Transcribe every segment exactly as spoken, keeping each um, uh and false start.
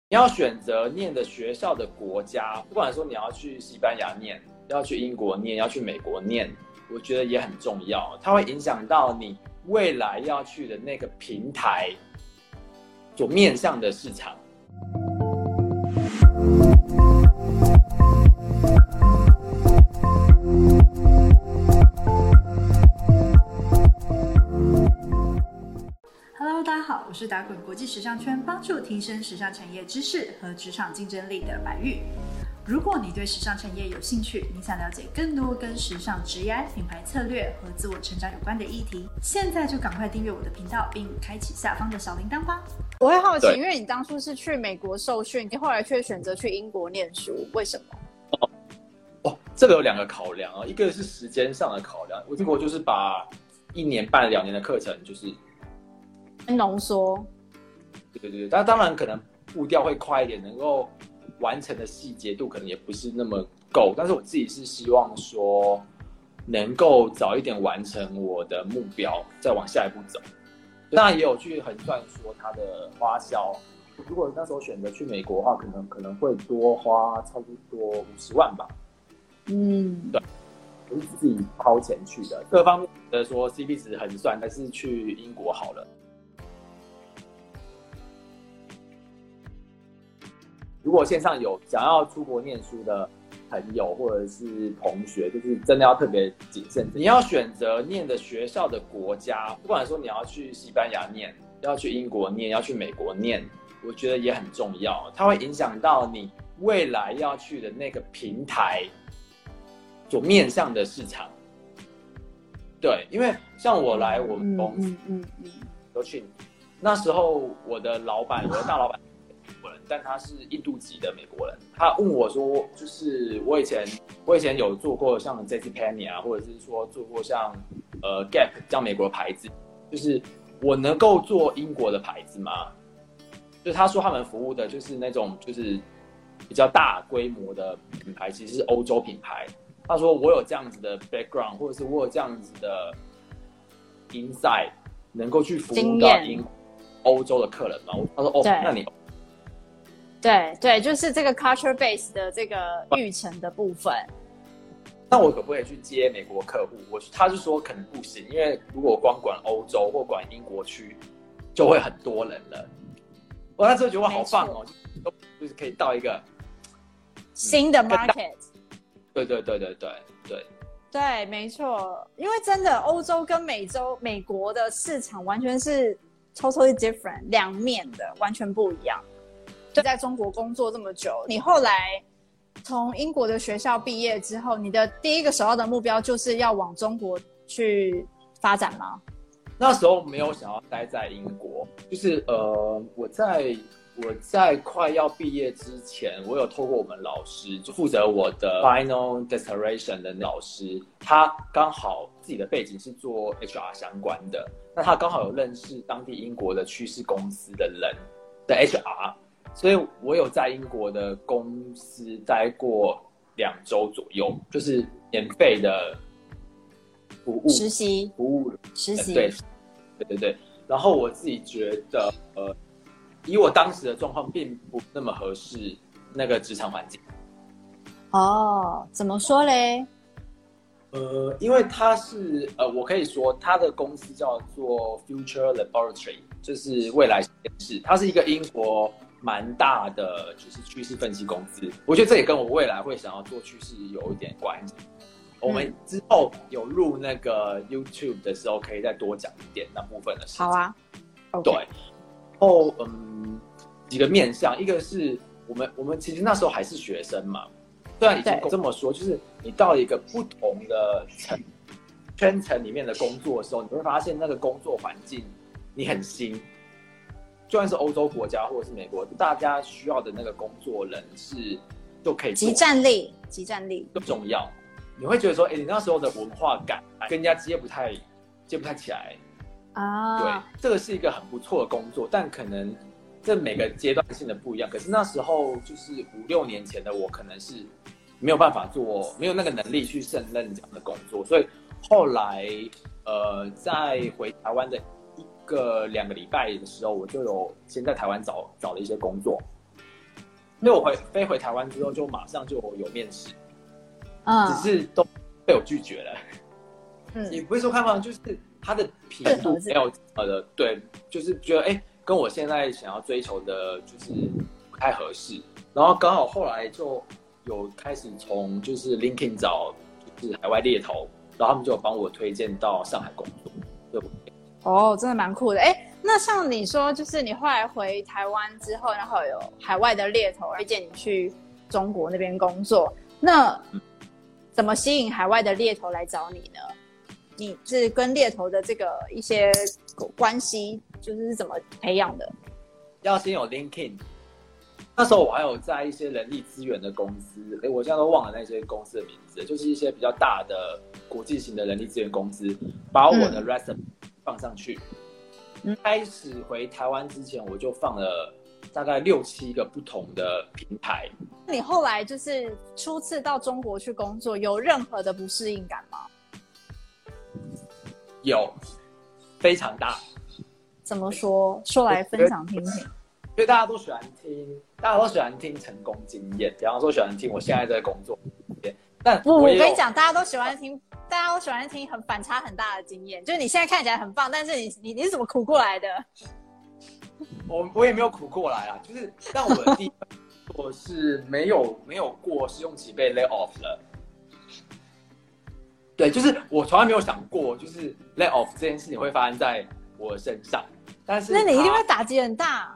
你要选择念的学校的国家，不管说你要去西班牙念，要去英国念，要去美国念，我觉得也很重要，它会影响到你未来要去的那个平台所面向的市场。 Hello， 大家好，我是打滚国际时尚圈，帮助提升时尚产业知识和职场竞争力的白玉。如果你对时尚产业有兴趣，你想了解更多跟时尚职业、品牌策略和自我成长有关的议题，现在就赶快订阅我的频道，并开启下方的小铃铛吧。 我会好奇，因为你当初是去美国受训，后来却选择去英国念书，为什么？ 哦，哦这个有两个考量啊，一个是时间上的考量，我英国就是把一年半、两年的课程就是浓缩。 对对对，但当然可能步调会快一点，能够完成的细节度可能也不是那么够，但是我自己是希望说能够早一点完成我的目标，再往下一步走。当然也有去横算说它的花销，如果那时候选择去美国的话，可能可能会多花差不多五十万吧。 嗯， 对，我是自己掏钱去的，各方面的说 C P 值横算，还是去英国好了。如果线上有想要出国念书的朋友或者是同学，就是真的要特别谨慎。你要选择念的学校的国家，不管说你要去西班牙念，要去英国念，要去美国念，我觉得也很重要，它会影响到你未来要去的那个平台所面向的市场。对，因为像我来我们公司都去，那时候我的老板，我的大老板。但他是印度籍的美国人，他问我说，就是我以前我以前有做过像 J C Penney 啊，或者是说做过像呃 Gap 这样美国的牌子，就是我能够做英国的牌子吗？就他说他们服务的就是那种就是比较大规模的品牌，其实是欧洲品牌。他说我有这样子的 background， 或者是我有这样子的 insight， 能够去服务到英欧洲的客人吗？他说哦，那你。 对对，就是这个 culture base 的这个育成的部分。 那我可不可以去接美国客户？我他就说可能不行，因为如果光管欧洲或管英国区，就会很多人了。我那时候觉得我好棒哦，就是可以到一个新的 market。 对对对对对对对，没错，因为真的欧洲跟美洲、美国的市场完全是 totally different， 两面的，完全不一样。在中国工作这么久，你后来从英国的学校毕业之后，你的第一个首要的目标就是要往中国去发展吗？ 那时候没有想要待在英国，就是呃，我在我在快要毕业之前，我有透过我们老师，就负责我的 final declaration 的老师，他刚好自己的背景是做 H R 相关的，那他刚好有认识当地英国的趋势公司的人的 H R。所以我有在英国的公司待过两周左右，就是免费的服务实习服务实习， 对对对对。然后我自己觉得，呃，以我当时的状况，并不那么合适那个职场环境。 哦，怎么说嘞？ 呃，因为它是呃，我可以说它的公司叫做 Future Laboratory， 就是未来实验室，它是一个英国蛮大的就是趋势分析公司，我觉得这也跟我未来会想要做趋势有一点关系。我们之后有录那个 YouTube 的时候，可以再多讲一点那部分的事情。 好啊， okay. 对。然后嗯，几个面向，一个是我们我们其实那时候还是学生嘛，虽然已经这么说，就是你到一个不同的层圈层里面的工作的时候，你会发现那个工作环境你很新。就算是欧洲国家或者是美国，大家需要的那个工作人是就可以做即战力，即战力更重要。你会觉得说，哎、欸，你那时候的文化感跟人家接不太接不太起来啊。 对，这个是一个很不错的工作，但可能这每个阶段性的不一样。可是那时候就是五六年前的我，可能是没有办法做，没有那个能力去胜任这样的工作，所以后来呃，在回台湾的一个两个礼拜的时候，我就有先在台湾找找了一些工作， 所以我回飞回台湾之后，就马上就有面试， 嗯， 只是都被我拒绝了。 嗯， 也不会说看法，就是它的频度没有呃的，对，就是觉得哎、欸，跟我现在想要追求的，就是不太合适。然后刚好后来就有开始从就是 LinkedIn 找就是海外猎头，然后他们就有帮我推荐到上海工作。对， 哦，真的蛮酷的。哎，那像你说，就是你后来回台湾之后，然后有海外的猎头推荐你去中国那边工作，那怎么吸引海外的猎头来找你呢？你是跟猎头的这个一些关系，就是怎么培养的？ 要先有 LinkedIn。那时候我还有在一些人力资源的公司，哎，我现在都忘了那些公司的名字，就是一些比较大的国际型的人力资源公司，把我的 resume 放上去。嗯、开始回台湾之前，我就放了大概六七个不同的平台。 你后来就是初次到中国去工作，有任何的不适应感吗？ 有，非常大。 怎么说？说来分享听听。 因为大家都喜欢听，大家都喜欢听成功经验，比方说喜欢听我现在在工作。但我我我跟你讲，大家都喜欢听，大家都喜欢听很反差很大的经验。就是你现在看起来很棒，但是你你你是怎么苦过来的？ 我我也没有苦过来啊，就是但我的第一份工作是没有没有过试用期被 lay off 了。对，就是我从来没有想过，就是 lay off 这件事情会发生在我身上。但是那你一定会打击很大。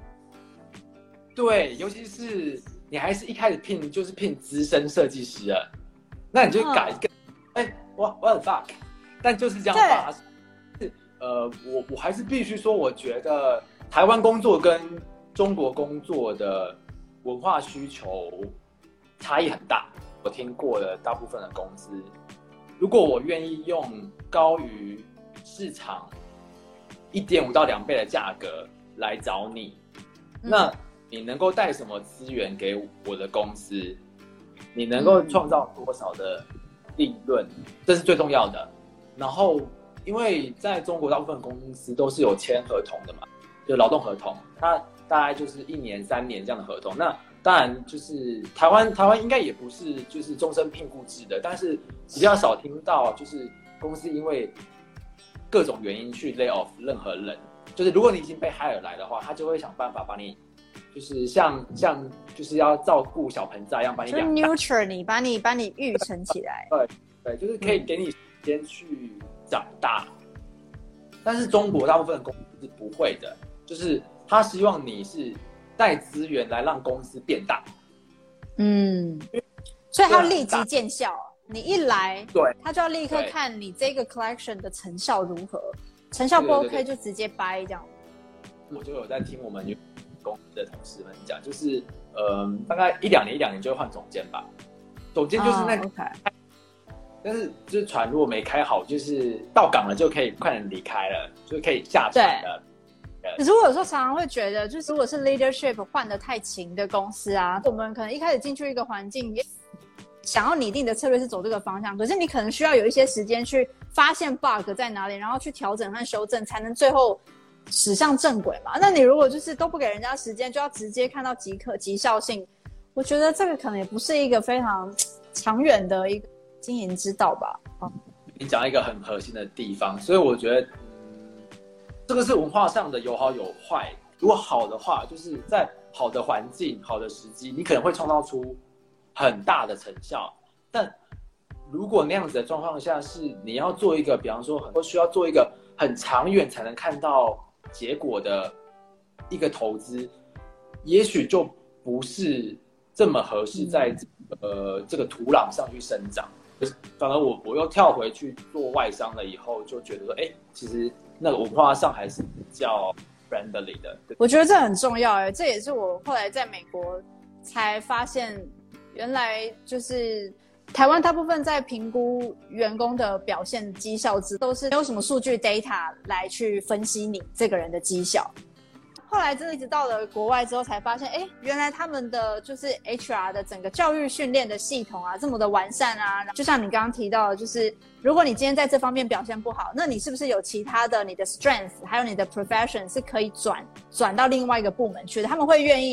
对，尤其是你还是一开始聘就是聘资深设计师了，那你就改一个，哎、嗯，我我很 fuck， 但就是这样发生。呃，我我还是必须说，我觉得台湾工作跟中国工作的文化需求差异很大。我听过的大部分的公司，如果我愿意用高于市场一点五到两倍的价格来找你，嗯、那你能够带什么资源给我的公司？你能够创造多少的利润？这是最重要的。然后，因为在中国大部分公司都是有签合同的嘛，就劳动合同，它大概就是一年、三年这样的合同。那当然就是台湾，台湾应该也不是就是终身聘雇制的，但是比较少听到就是公司因为各种原因去 lay off 任何人。就是如果你已经被 hire 来的话，他就会想办法把你。就是像像就是要照顾小盆栽一样把你养大， 就是 nurture 你，把你把你育成起来。 对对，就是可以给你时间去长大。嗯、但是中国大部分的公司是不会的，就是他希望你是带资源来让公司变大。 嗯，所以他要立即见效。你一来，对，他就要立刻看你这个 collection 的成效如何，成效不 OK 对对对对就直接掰这样。 我就有在听我们公司的同事们讲，就是呃，大概一两年一两年就会换总监吧。总监就是那个， oh, okay. 但是就是船如果没开好，就是到港了就可以快点离开了，就可以下船了。 可是我有时候常常会觉得，就是如果是 leadership 换得太勤的公司啊，我们可能一开始进去一个环境，想要拟定的策略是走这个方向，可是你可能需要有一些时间去发现 bug 在哪里，然后去调整和修正，才能最后驶向正轨嘛。那你如果就是都不给人家时间，就要直接看到即可绩效性，我觉得这个可能也不是一个非常长远的一个经营之道吧。哦、 你讲一个很核心的地方，所以我觉得，嗯，这个是文化上的有好有坏。如果好的话，就是在好的环境、好的时机，你可能会创造出很大的成效。但如果那样子的状况下，是你要做一个，比方说，很多需要做一个很长远才能看到结果的一个投资，也许就不是这么合适在、嗯、呃这个土壤上去生长。反而我我又跳回去做外商了以后，就觉得说，哎、欸，其实那个文化上还是比较 friendly 的。 我觉得这很重要哎、欸，这也是我后来在美国才发现，原来就是台湾大部分在评估员工的表现绩效值都是没有什么数据 data 来去分析你这个人的绩效。后来真的一直到了国外之后才发现，哎，原来他们的就是 H R 的整个教育训练的系统啊这么的完善啊，就像你刚刚提到的，就是如果你今天在这方面表现不好，那你是不是有其他的你的 strength 还有你的 profession 是可以转转到另外一个部门去的，他们会愿意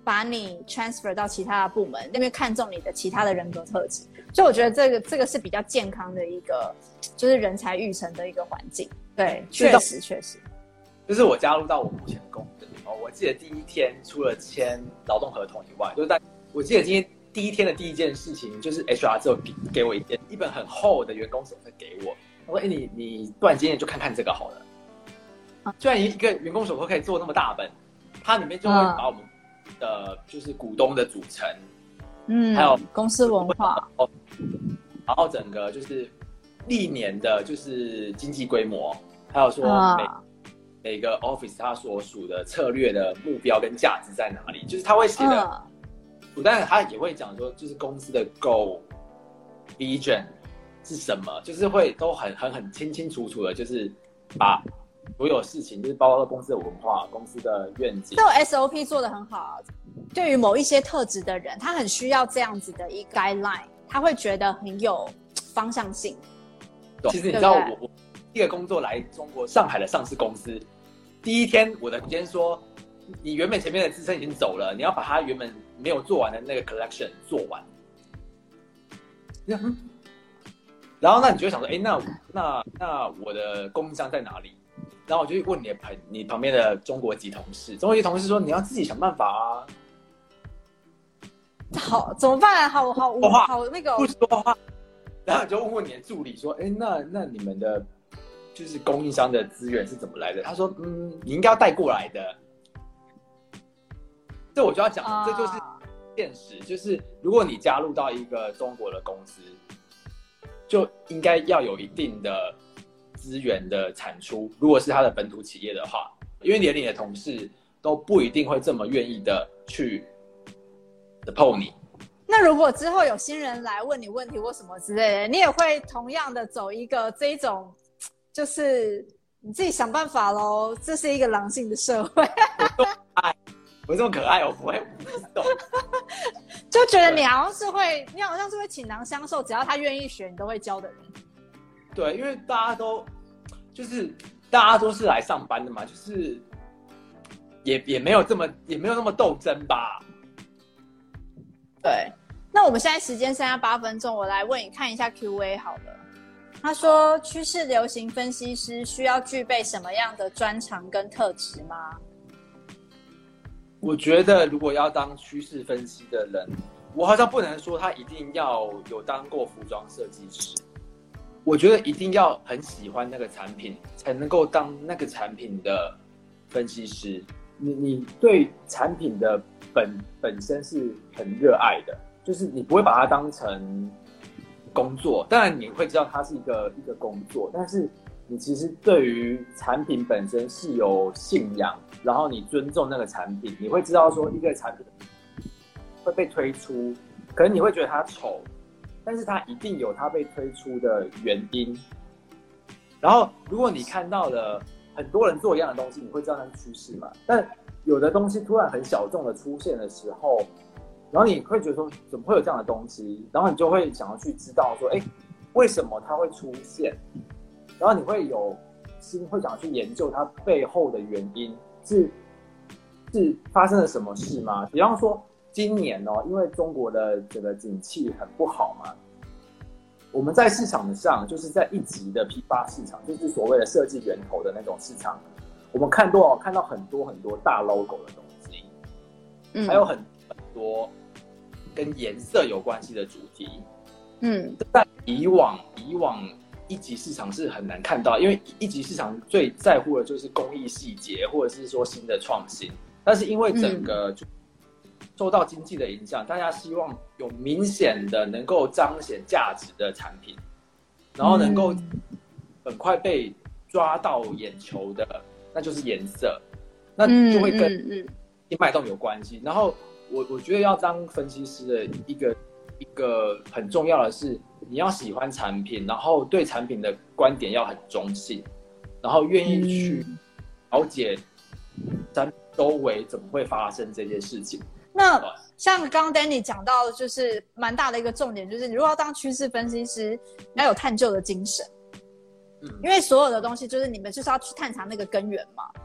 把你 transfer 到其他的部门，那边看中你的其他的人格特质。所以我觉得这个这个是比较健康的一个，就是人才育成的一个环境。对，确实确实。 就是我加入到我目前公司哦，我记得第一天除了签劳动合同以外，就是在我记得今天第一天的第一件事情，就是 H R 之后给给我一件一本很厚的员工手册给我，我说：“哎、欸，你你不然今天就看看这个好了。”居然一个员工手册可以做那么大本，它里面就会把我们的就是股东的组成， 嗯，还有公司文化， 然后整个就是历年的就是经济规模，还有说每、啊、每个 office 它所属的策略的目标跟价值在哪里，就是他会写的，啊、但是他也会讲说，就是公司的 goal、vision 是什么，就是会都很很很清清楚楚的，就是把所有事情，就是包括公司的文化、公司的愿景， 这个 S O P 做得很好。对于某一些特质的人，他很需要这样子的一个 guideline， 他会觉得很有方向性。 其实你知道我，我第一个工作来中国上海的上市公司，第一天我的总监说，你原本前面的资深已经走了，你要把他原本没有做完的那个 collection 做完。嗯、然后那你就会想说，哎，那那那我的供应商在哪里？然后我就问你的朋你旁边的中国籍同事，中国籍同事说你要自己想办法啊。 好，怎么办啊？好好好好那个不说话。然后你就问问你的助理说，哎，那那你们的就是供应商的资源是怎么来的？他说，嗯，你应该要带过来的。这我就要讲，啊、这就是现实，就是如果你加入到一个中国的公司，就应该要有一定的资源的产出。如果是他的本土企业的话，因为连你的同事都不一定会这么愿意的去 support 你。 那如果之后有新人来问你问题或什么之类的，你也会同样的走一个这一种，就是你自己想办法咯，这是一个狼性的社会。 我这么可爱，我不会不懂， 就觉得你好像是会，你好像是会倾囊相授，只要他愿意学，你都会教的人。 对，因为大家都就是大家都是来上班的嘛，就是也也没有这么也没有那么斗争吧。 对，那我们现在时间剩下八分钟，我来问你看一下 Q A 好了。他说，趋势流行分析师需要具备什么样的专长跟特质吗？ 我觉得如果要当趋势分析的人，我好像不能说他一定要有当过服装设计师，我觉得一定要很喜欢那个产品，才能够当那个产品的分析师。你你对产品的本本身是很热爱的，就是你不会把它当成工作，当然你会知道它是一个一个工作，但是你其实对于产品本身是有信仰，然后你尊重那个产品，你会知道说一个产品会被推出，可能你会觉得它丑，但是它一定有它被推出的原因。然后如果你看到了很多人做一样的东西，你会知道那是趋势嘛？但有的东西突然很小众的出现的时候，然后你会觉得说怎么会有这样的东西？然后你就会想要去知道说，哎，为什么它会出现？然后你会有心会想去研究它背后的原因，是是发生了什么事吗？比方说今年哦，因为中国的整个景气很不好嘛，我们在市场上就是在一级的批发市场，就是所谓的设计源头的那种市场，我们看多看到很多很多大 logo 的东西，嗯，还有很很多跟颜色有关系的主题，嗯，在以往以往。一级市场是很难看到，因为一级市场最在乎的就是工艺细节，或者是说新的创新。但是因为整个受到经济的影响，大家希望有明显的能够彰显价值的产品，然后能够很快被抓到眼球的，那就是颜色，那就会跟脉动有关系。然后我我觉得要当分析师的一个一个很重要的是，你要喜欢产品，然后对产品的观点要很中性，然后愿意去了解产品周围怎么会发生这些事情。 那像刚刚 Danny 讲到，就是蛮大的一个重点，就是你如果要当趋势分析师，你要有探究的精神，嗯，因为所有的东西就是你们就是要去探查那个根源嘛。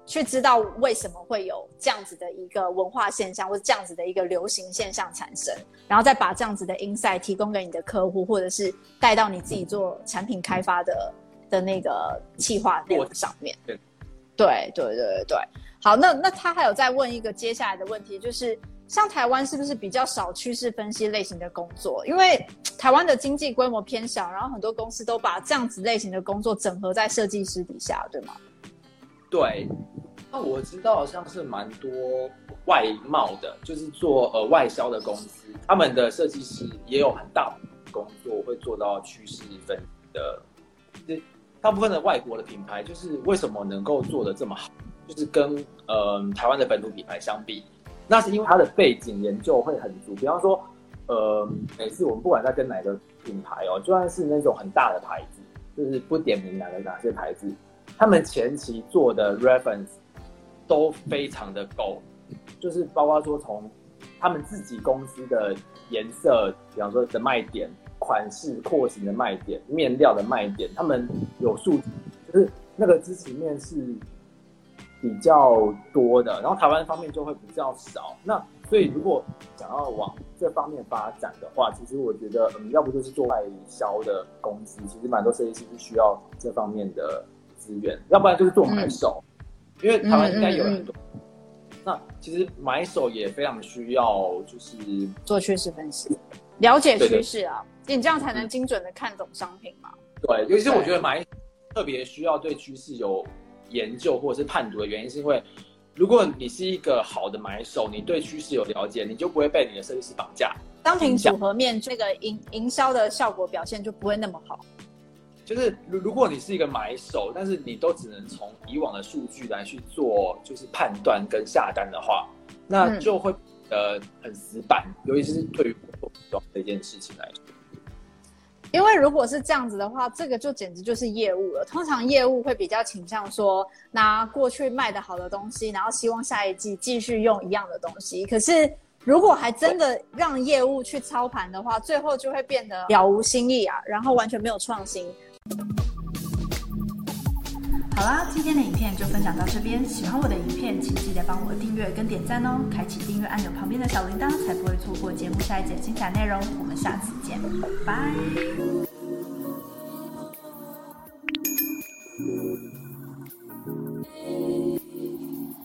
去知道为什么会有这样子的一个文化现象或者这样子的一个流行现象产生，然后再把这样子的 insight 提供给你的客户，或者是带到你自己做产品开发的的那个企划内容上面。对对对对对。好，那那他还有再问一个接下来的问题，就是像台湾是不是比较少趋势分析类型的工作？因为台湾的经济规模偏小，然后很多公司都把这样子类型的工作整合在设计师底下，对吗？ 对，那我知道像是蛮多外贸的，就是做呃外销的公司，他们的设计师也有很大的工作会做到趋势分析的。其实大部分的外国的品牌，就是为什么能够做得这么好，就是跟呃台湾的本土品牌相比，那是因为它的背景研究会很足。比方说，呃，每次我们不管在跟哪个品牌哦，就算是那种很大的牌子，就是不点名哪个哪些牌子，他们前期做的 reference 都非常的够，就是包括说从他们自己公司的颜色，比方说的卖点、款式、廓形的卖点、面料的卖点，他们有数据，就是那个支持面是比较多的，然后台湾方面就会比较少。那所以如果想要往这方面发展的话，其实我觉得，嗯，要不就是做外销的公司，其实蛮多设计师是需要这方面的资源，要不然就是做买手，嗯、因为台湾应该有很多。嗯嗯嗯那其实买手也非常需要，就是做趋势分析，了解趋势啊，你这样才能精准的看懂商品嘛。 对，尤其是我觉得买手特别需要对趋势有研究或者是判读的原因，是因为如果你是一个好的买手，你对趋势有了解，你就不会被你的设计师绑架。 商品组合面这个营营销的效果表现就不会那么好。 就是如果你是一个买手，但是你都只能从以往的数据来去做就是判断跟下单的话，那就会呃很死板，尤其是对于我做这件事情来说。 因为如果是这样子的话，这个就简直就是业务了。通常业务会比较倾向说拿过去卖的好的东西，然后希望下一季继续用一样的东西。可是如果还真的让业务去操盘的话，最后就会变得了无新意啊，然后完全没有创新。 好啦，今天的影片就分享到这边。喜欢我的影片，请记得帮我订阅跟点赞哦，开启订阅按钮旁边的小铃铛，才不会错过节目下一节精彩内容。我们下次见，拜。